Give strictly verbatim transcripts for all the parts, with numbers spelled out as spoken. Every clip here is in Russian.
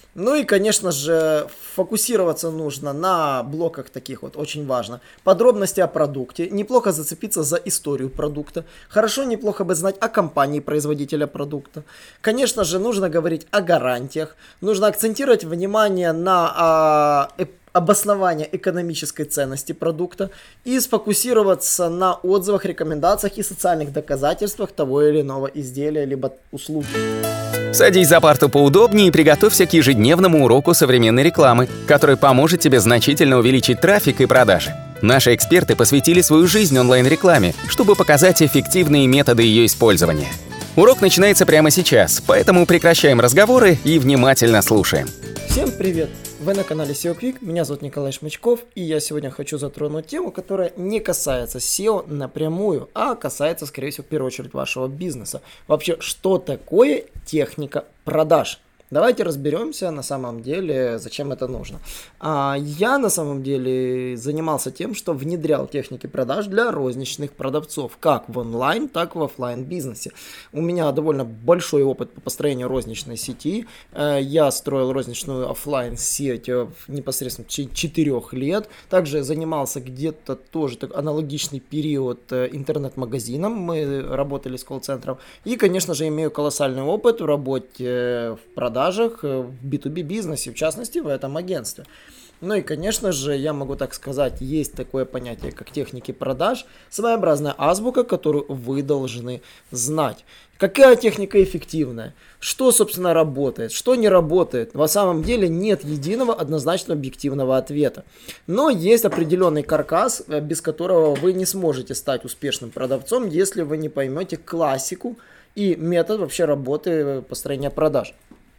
Ну и, конечно же, фокусироваться нужно на блоках таких вот, очень важно. Подробности о продукте, неплохо зацепиться за историю продукта, хорошо, неплохо бы знать о компании производителя продукта. Конечно же, нужно говорить о гарантиях, нужно акцентировать внимание на а, э, обоснование экономической ценности продукта и сфокусироваться на отзывах, рекомендациях и социальных доказательствах того или иного изделия либо услуги. Садись за парту поудобнее и приготовься к ежедневному уроку современной рекламы, который поможет тебе значительно увеличить трафик и продажи. Наши эксперты посвятили свою жизнь онлайн-рекламе, чтобы показать эффективные методы ее использования. Урок начинается прямо сейчас, поэтому прекращаем разговоры и внимательно слушаем. Всем привет! Вы на канале сео Quick, меня зовут Николай Шмычков, и я сегодня хочу затронуть тему, которая не касается сео напрямую, а касается, скорее всего, в первую очередь вашего бизнеса. Вообще, что такое техника продаж? Давайте разберемся на самом деле, зачем это нужно. А я на самом деле занимался тем, что внедрял техники продаж для розничных продавцов, как в онлайн, так и в офлайн бизнесе. У меня довольно большой опыт по построению розничной сети. Я строил розничную офлайн сеть непосредственно в четырех лет. Также занимался где-то тоже так, аналогичный период интернет-магазином. Мы работали с колл-центром. И, конечно же, имею колоссальный опыт в работе в продаже. В би ту би бизнесе, в частности в этом агентстве. Ну и, конечно же, я могу так сказать, есть такое понятие, как техники продаж, своеобразная азбука, которую вы должны знать. Какая техника эффективная? Что, собственно, работает? Что не работает? На самом деле нет единого однозначно объективного ответа. Но есть определенный каркас, без которого вы не сможете стать успешным продавцом, если вы не поймете классику и метод вообще работы построения продаж.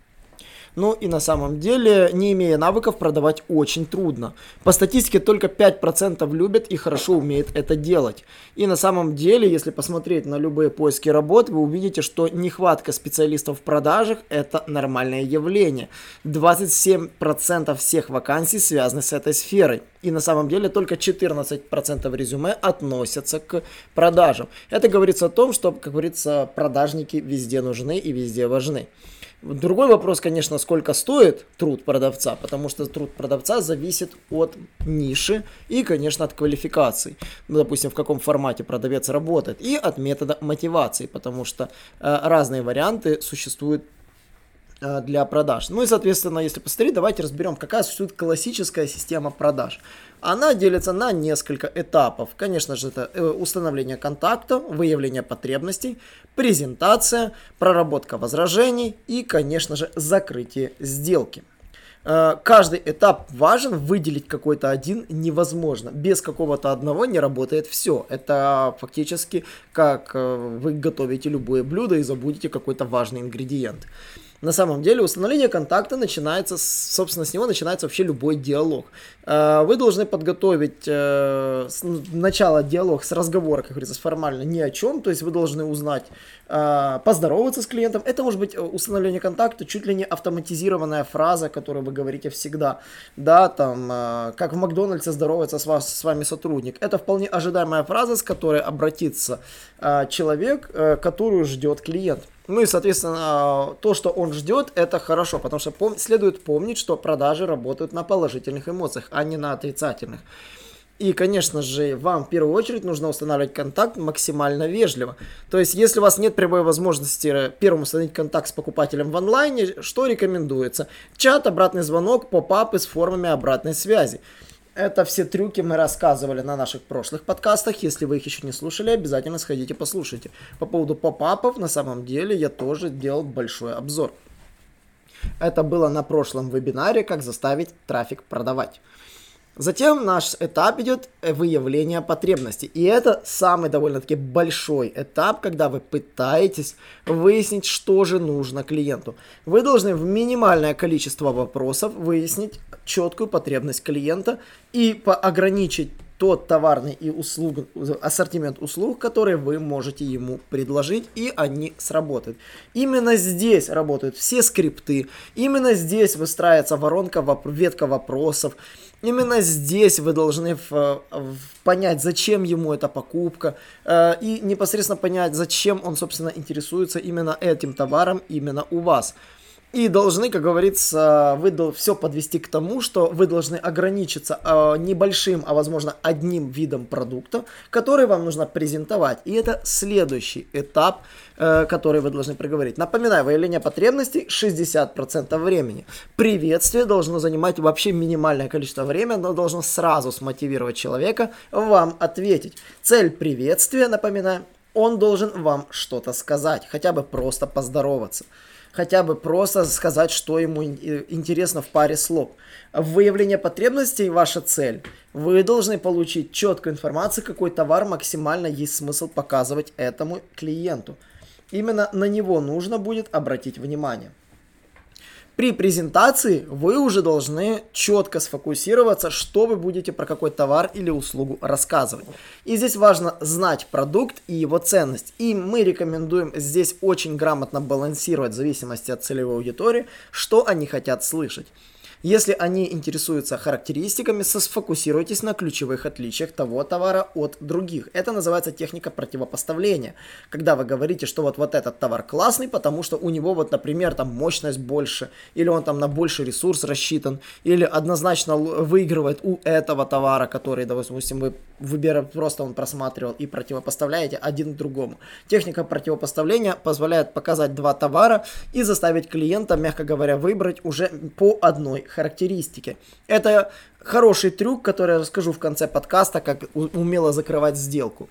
Ну и на самом деле, не имея навыков, продавать очень трудно. По статистике только пять процентов любят и хорошо умеют это делать. И на самом деле, если посмотреть на любые поиски работ, вы увидите, что нехватка специалистов в продажах – это нормальное явление. двадцать семь процентов всех вакансий связаны с этой сферой. И на самом деле только четырнадцать процентов резюме относятся к продажам. Это говорится о том, что, как говорится, продажники везде нужны и везде важны. Другой вопрос, конечно, сколько стоит труд продавца, потому что труд продавца зависит от ниши и, конечно, от квалификаций. Ну, допустим, в каком формате продавец работает, и от метода мотивации, потому что э, разные варианты существуют э, для продаж. Ну и, соответственно, если посмотреть, давайте разберем, какая существует классическая система продаж. Она делится на несколько этапов. Конечно же, это установление контакта, выявление потребностей, презентация, проработка возражений и, конечно же, закрытие сделки. Каждый этап важен, выделить какой-то один невозможно. Без какого-то одного не работает все. Это фактически как вы готовите любое блюдо и забудете какой-то важный ингредиент. На самом деле установление контакта начинается, собственно, с него начинается вообще любой диалог. Вы должны подготовить начало диалога с разговора, как говорится, формально ни о чем, то есть вы должны узнать, поздороваться с клиентом. Это может быть установление контакта, чуть ли не автоматизированная фраза, которую вы говорите всегда. Да, там, как в Макдональдсе здоровается с, вас, с вами сотрудник. Это вполне ожидаемая фраза, с которой обратится человек, которую ждет клиент. Ну и, соответственно, то, что он ждет, это хорошо, потому что пом- следует помнить, что продажи работают на положительных эмоциях, а не на отрицательных. И, конечно же, вам в первую очередь нужно устанавливать контакт максимально вежливо. То есть, если у вас нет прямой возможности первым установить контакт с покупателем в онлайне, что рекомендуется? Чат, обратный звонок, поп-апы с формами обратной связи. Это все трюки мы рассказывали на наших прошлых подкастах. Если вы их еще не слушали, обязательно сходите послушайте. По поводу поп-апов, на самом деле, я тоже делал большой обзор. Это было на прошлом вебинаре, как заставить трафик продавать. Затем наш этап идет выявление потребностей. И это самый довольно-таки большой этап, когда вы пытаетесь выяснить, что же нужно клиенту. Вы должны в минимальное количество вопросов выяснить четкую потребность клиента и ограничить тот товарный и услуг, ассортимент услуг, которые вы можете ему предложить, и они сработают. Именно здесь работают все скрипты, именно здесь выстраивается воронка, ветка вопросов. Именно здесь вы должны в, в понять, зачем ему эта покупка, э, и непосредственно понять, зачем он, собственно, интересуется именно этим товаром, именно у вас. И должны, как говорится, вы все подвести к тому, что вы должны ограничиться э, небольшим, а возможно одним видом продукта, который вам нужно презентовать. И это следующий этап, э, который вы должны проговорить. Напоминаю, выявление потребностей шестьдесят процентов времени. Приветствие должно занимать вообще минимальное количество времени, но должно сразу смотивировать человека вам ответить. Цель приветствия, напоминаю, он должен вам что-то сказать, хотя бы просто поздороваться. Хотя бы просто сказать, что ему интересно в паре слов. Выявление потребностей – ваша цель. Вы должны получить четкую информацию, какой товар максимально есть смысл показывать этому клиенту. Именно на него нужно будет обратить внимание. При презентации вы уже должны четко сфокусироваться, что вы будете про какой товар или услугу рассказывать. И здесь важно знать продукт и его ценность. И мы рекомендуем здесь очень грамотно балансировать в зависимости от целевой аудитории, что они хотят слышать. Если они интересуются характеристиками, сфокусируйтесь на ключевых отличиях того товара от других. Это называется техника противопоставления. Когда вы говорите, что вот, вот этот товар классный, потому что у него вот, например, там мощность больше, или он там на больший ресурс рассчитан, или однозначно выигрывает у этого товара, который, допустим, вы выбираете, просто он просматривал и противопоставляете один к другому. Техника противопоставления позволяет показать два товара и заставить клиента, мягко говоря, выбрать уже по одной характеристики. Это хороший трюк, который я расскажу в конце подкаста, как умело закрывать сделку.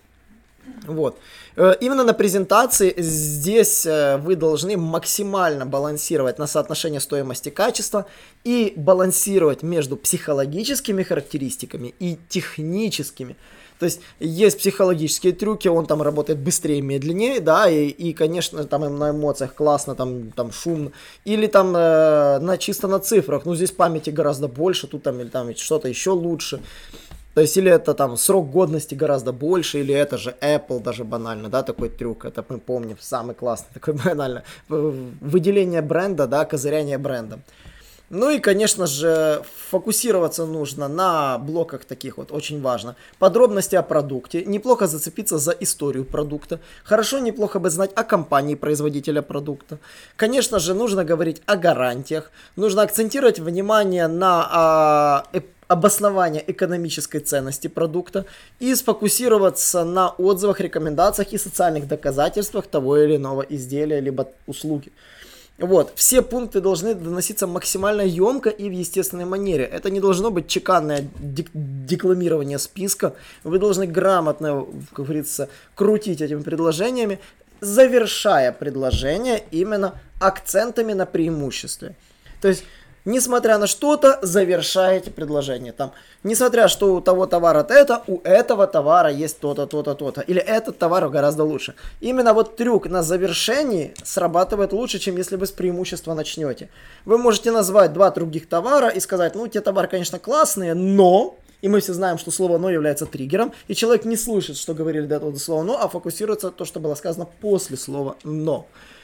Вот. Именно на презентации здесь вы должны максимально балансировать на соотношение стоимости и качества и балансировать между психологическими характеристиками и техническими. То есть есть психологические трюки, он там работает быстрее, медленнее, да, и, и конечно, там на эмоциях классно, там, там шумно. Или там э, на, чисто на цифрах, ну здесь памяти гораздо больше, тут там, или там что-то еще лучше. То есть или это там срок годности гораздо больше, или это же Apple даже банально, да, такой трюк, это мы помним, самый классный, такой банально. Выделение бренда, да, козыряние брендом. Ну и, конечно же, фокусироваться нужно на блоках таких вот, очень важно. Подробности о продукте, неплохо зацепиться за историю продукта, хорошо, неплохо бы знать о компании производителя продукта. Конечно же, нужно говорить о гарантиях, нужно акцентировать внимание на а, э, обоснование экономической ценности продукта и сфокусироваться на отзывах, рекомендациях и социальных доказательствах того или иного изделия либо услуги. Вот, все пункты должны доноситься максимально емко и в естественной манере. Это не должно быть чеканное дек- декламирование списка. Вы должны грамотно, как говорится, крутить этими предложениями, завершая предложение именно акцентами на преимуществе. То есть, несмотря на что-то, завершаете предложение. Там, несмотря что у того товара это, у этого товара есть то-то, то-то, то-то. Или этот товар гораздо лучше. Именно вот трюк на завершении срабатывает лучше, чем если вы с преимущества начнете. Вы можете назвать два других товара и сказать, ну, те товары, конечно, классные, но... И мы все знаем, что слово «но» является триггером, и человек не слышит, что говорили до этого слова «но», а фокусируется на том, что было сказано после слова «но».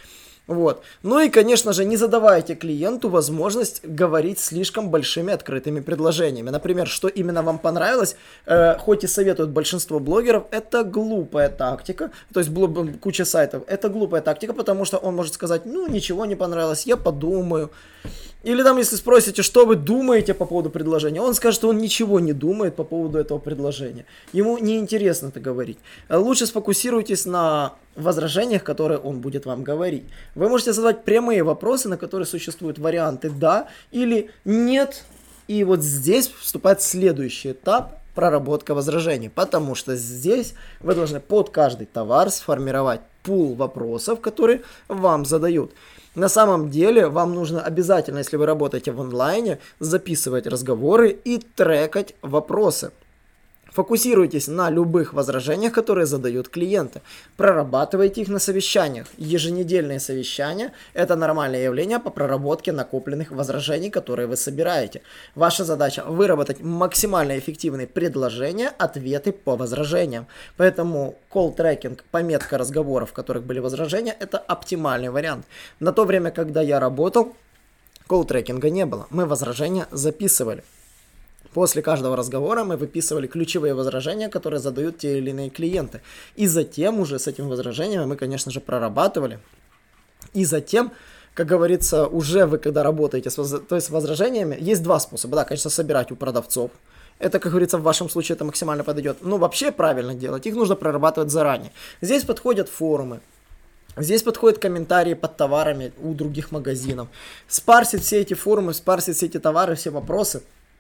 Вот. Ну и, конечно же, не задавайте клиенту возможность говорить слишком большими открытыми предложениями. Например, что именно вам понравилось, э, хоть и советуют большинство блогеров, это глупая тактика, то есть бл- куча сайтов, это глупая тактика, потому что он может сказать, ну, ничего не понравилось, я подумаю. Или там, если спросите, что вы думаете по поводу предложения, он скажет, что он ничего не думает по поводу этого предложения. Ему неинтересно это говорить. Лучше сфокусируйтесь на возражениях, которые он будет вам говорить. Вы можете задавать прямые вопросы, на которые существуют варианты «да» или «нет». И вот здесь вступает следующий этап – проработка возражений. Потому что здесь вы должны под каждый товар сформировать пул вопросов, которые вам задают. На самом деле вам нужно обязательно, если вы работаете в онлайне, записывать разговоры и трекать вопросы. Фокусируйтесь на любых возражениях, которые задают клиенты. Прорабатывайте их на совещаниях. Еженедельные совещания – это нормальное явление по проработке накопленных возражений, которые вы собираете. Ваша задача – выработать максимально эффективные предложения, ответы по возражениям. Поэтому колл-трекинг, пометка разговоров, в которых были возражения – это оптимальный вариант. На то время, когда я работал, колл-трекинга не было. Мы возражения записывали. После каждого разговора мы выписывали ключевые возражения, которые задают те или иные клиенты. И затем уже с этими возражениями мы, конечно же, прорабатывали. И затем как говорится, уже вы когда работаете с, воз... то есть с возражениями, есть два способа. Да, конечно, собирать у продавцов. Это, как говорится, в вашем случае это максимально подойдет. Но вообще правильно делать. Их нужно прорабатывать заранее. Здесь подходят форумы. Здесь подходят комментарии под товарами у других магазинов. Спарсить все эти форумы, спарсить все эти товары, все вопросы.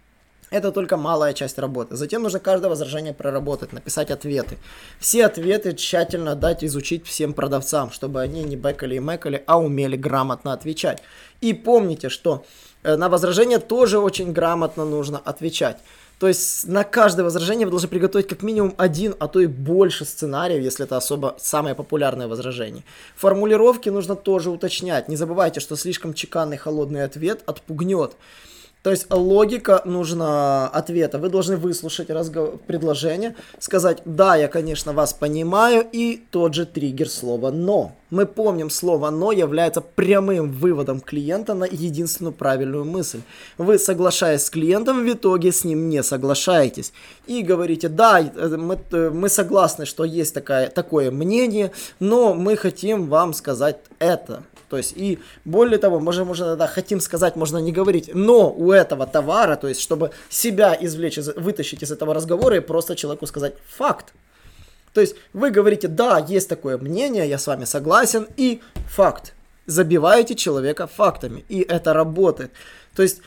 Это только малая часть работы. Затем нужно каждое возражение проработать, написать ответы. Все ответы тщательно дать изучить всем продавцам, чтобы они не бэкали и мэкали, а умели грамотно отвечать. И помните, что на возражение тоже очень грамотно нужно отвечать. То есть на каждое возражение вы должны приготовить как минимум один, а то и больше сценариев, если это особо самое популярное возражение. Формулировки нужно тоже уточнять. Не забывайте, что слишком чеканный холодный ответ отпугнет. То есть логика нужна ответа. Вы должны выслушать разговор, предложение, сказать: да, я, конечно, вас понимаю, и тот же триггер слова «но». Мы помним, слово «но» является прямым выводом клиента на единственную правильную мысль. Вы, соглашаясь с клиентом, в итоге с ним не соглашаетесь. И говорите: да, мы, мы согласны, что есть такая, такое мнение, но мы хотим вам сказать это. То есть, и более того, можно, можно, да, хотим сказать, можно не говорить, но у этого товара, то есть, чтобы себя извлечь, вытащить из этого разговора и просто человеку сказать факт. То есть, вы говорите: да, есть такое мнение, я с вами согласен, и факт. Забиваете человека фактами, и это работает. То есть,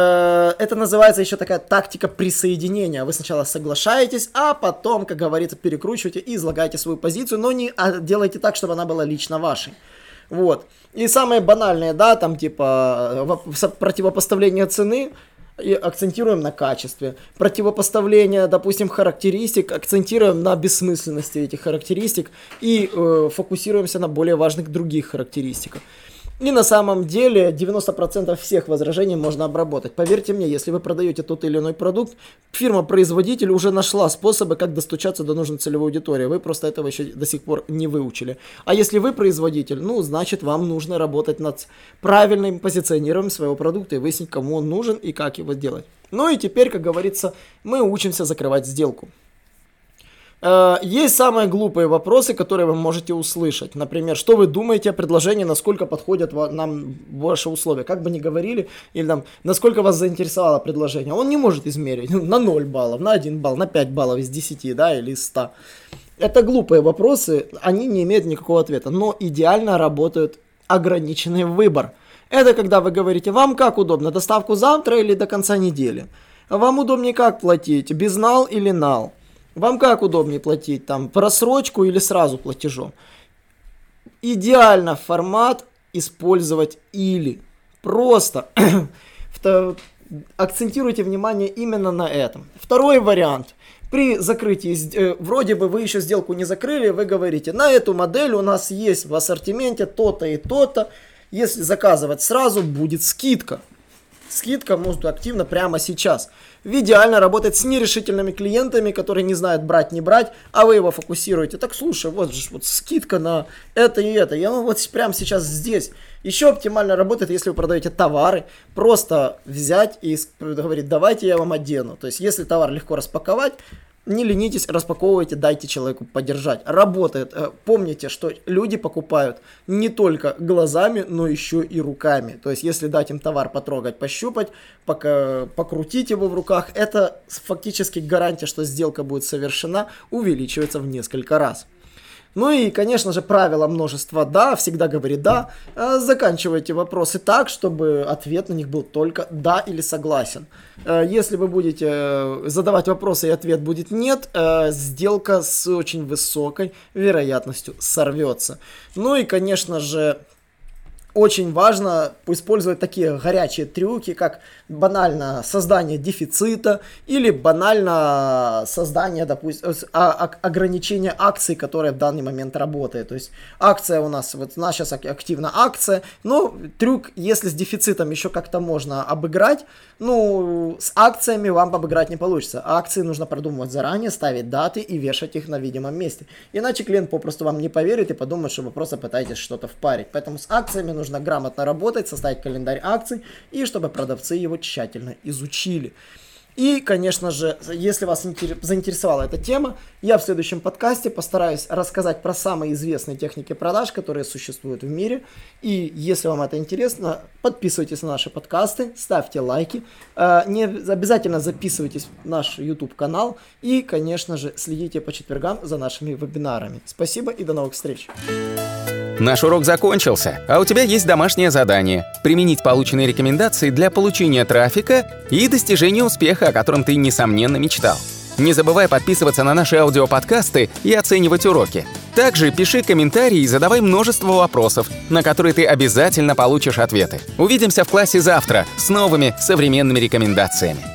э, это называется еще такая тактика присоединения. Вы сначала соглашаетесь, а потом, как говорится, перекручиваете и излагаете свою позицию, но не а делайте так, чтобы она была лично вашей. Вот. И самые банальные, да, там типа противопоставление цены, и акцентируем на качестве. Противопоставление, допустим, характеристик, акцентируем на бессмысленности этих характеристик и э, фокусируемся на более важных других характеристиках. И на самом деле девяносто процентов всех возражений можно обработать. Поверьте мне, если вы продаете тот или иной продукт, фирма-производитель уже нашла способы, как достучаться до нужной целевой аудитории. Вы просто этого еще до сих пор не выучили. А если вы производитель, ну, значит, вам нужно работать над правильным позиционированием своего продукта и выяснить, кому он нужен и как его делать. Ну и теперь, как говорится, мы учимся закрывать сделку. Есть самые глупые вопросы, которые вы можете услышать. Например, что вы думаете о предложении, насколько подходят нам ваши условия. Как бы ни говорили, или там, насколько вас заинтересовало предложение. Он не может измерить на ноль баллов, на один балл, на пять баллов из десяти, да, или из ста. Это глупые вопросы, они не имеют никакого ответа. Но идеально работает ограниченный выбор. Это когда вы говорите: вам как удобно, доставку завтра или до конца недели? Вам удобнее как платить, безнал или нал? Вам как удобнее платить, там, просрочку или сразу платежом? Идеально формат использовать или. Просто акцентируйте внимание именно на этом. Второй вариант. При закрытии, вроде бы вы еще сделку не закрыли, вы говорите: на эту модель у нас есть в ассортименте то-то и то-то. Если заказывать сразу, будет скидка. Скидка может активно прямо сейчас. Идеально работать с нерешительными клиентами, которые не знают брать, не брать, а вы его фокусируете. Так, слушай, вот же вот скидка на это и это. Я вот прямо сейчас здесь. Еще оптимально работает, если вы продаете товары. Просто взять и говорить: давайте я вам одену. То есть, если товар легко распаковать, не ленитесь, распаковывайте, дайте человеку подержать. Работает. Помните, что люди покупают не только глазами, но еще и руками. То есть, если дать им товар потрогать, пощупать, пока, покрутить его в руках, это фактически гарантия, что сделка будет совершена, увеличивается в несколько раз. Ну и, конечно же, правило множества «да», всегда говори «да». Заканчивайте вопросы так, чтобы ответ на них был только «да» или «согласен». Если вы будете задавать вопросы и ответ будет «нет», сделка с очень высокой вероятностью сорвется. Ну и, конечно же, очень важно использовать такие горячие трюки, как банально создание дефицита или банально создание, допустим, ограничение акций, которая в данный момент работает. То есть акция у нас, вот у нас сейчас активна акция, но трюк, если с дефицитом еще как-то можно обыграть, ну, с акциями вам обыграть не получится. Акции нужно продумывать заранее, ставить даты и вешать их на видимом месте. Иначе клиент попросту вам не поверит и подумает, что вы просто пытаетесь что-то впарить. Поэтому с акциями нужно Нужно грамотно работать, составить календарь акций и чтобы продавцы его тщательно изучили. И, конечно же, если вас заинтересовала эта тема, я в следующем подкасте постараюсь рассказать про самые известные техники продаж, которые существуют в мире. И если вам это интересно, подписывайтесь на наши подкасты, ставьте лайки, не обязательно записывайтесь в наш YouTube-канал и, конечно же, следите по четвергам за нашими вебинарами. Спасибо и до новых встреч! Наш урок закончился, а у тебя есть домашнее задание – применить полученные рекомендации для получения трафика и достижения успеха, о котором ты, несомненно, мечтал. Не забывай подписываться на наши аудиоподкасты и оценивать уроки. Также пиши комментарии и задавай множество вопросов, на которые ты обязательно получишь ответы. Увидимся в классе завтра с новыми современными рекомендациями.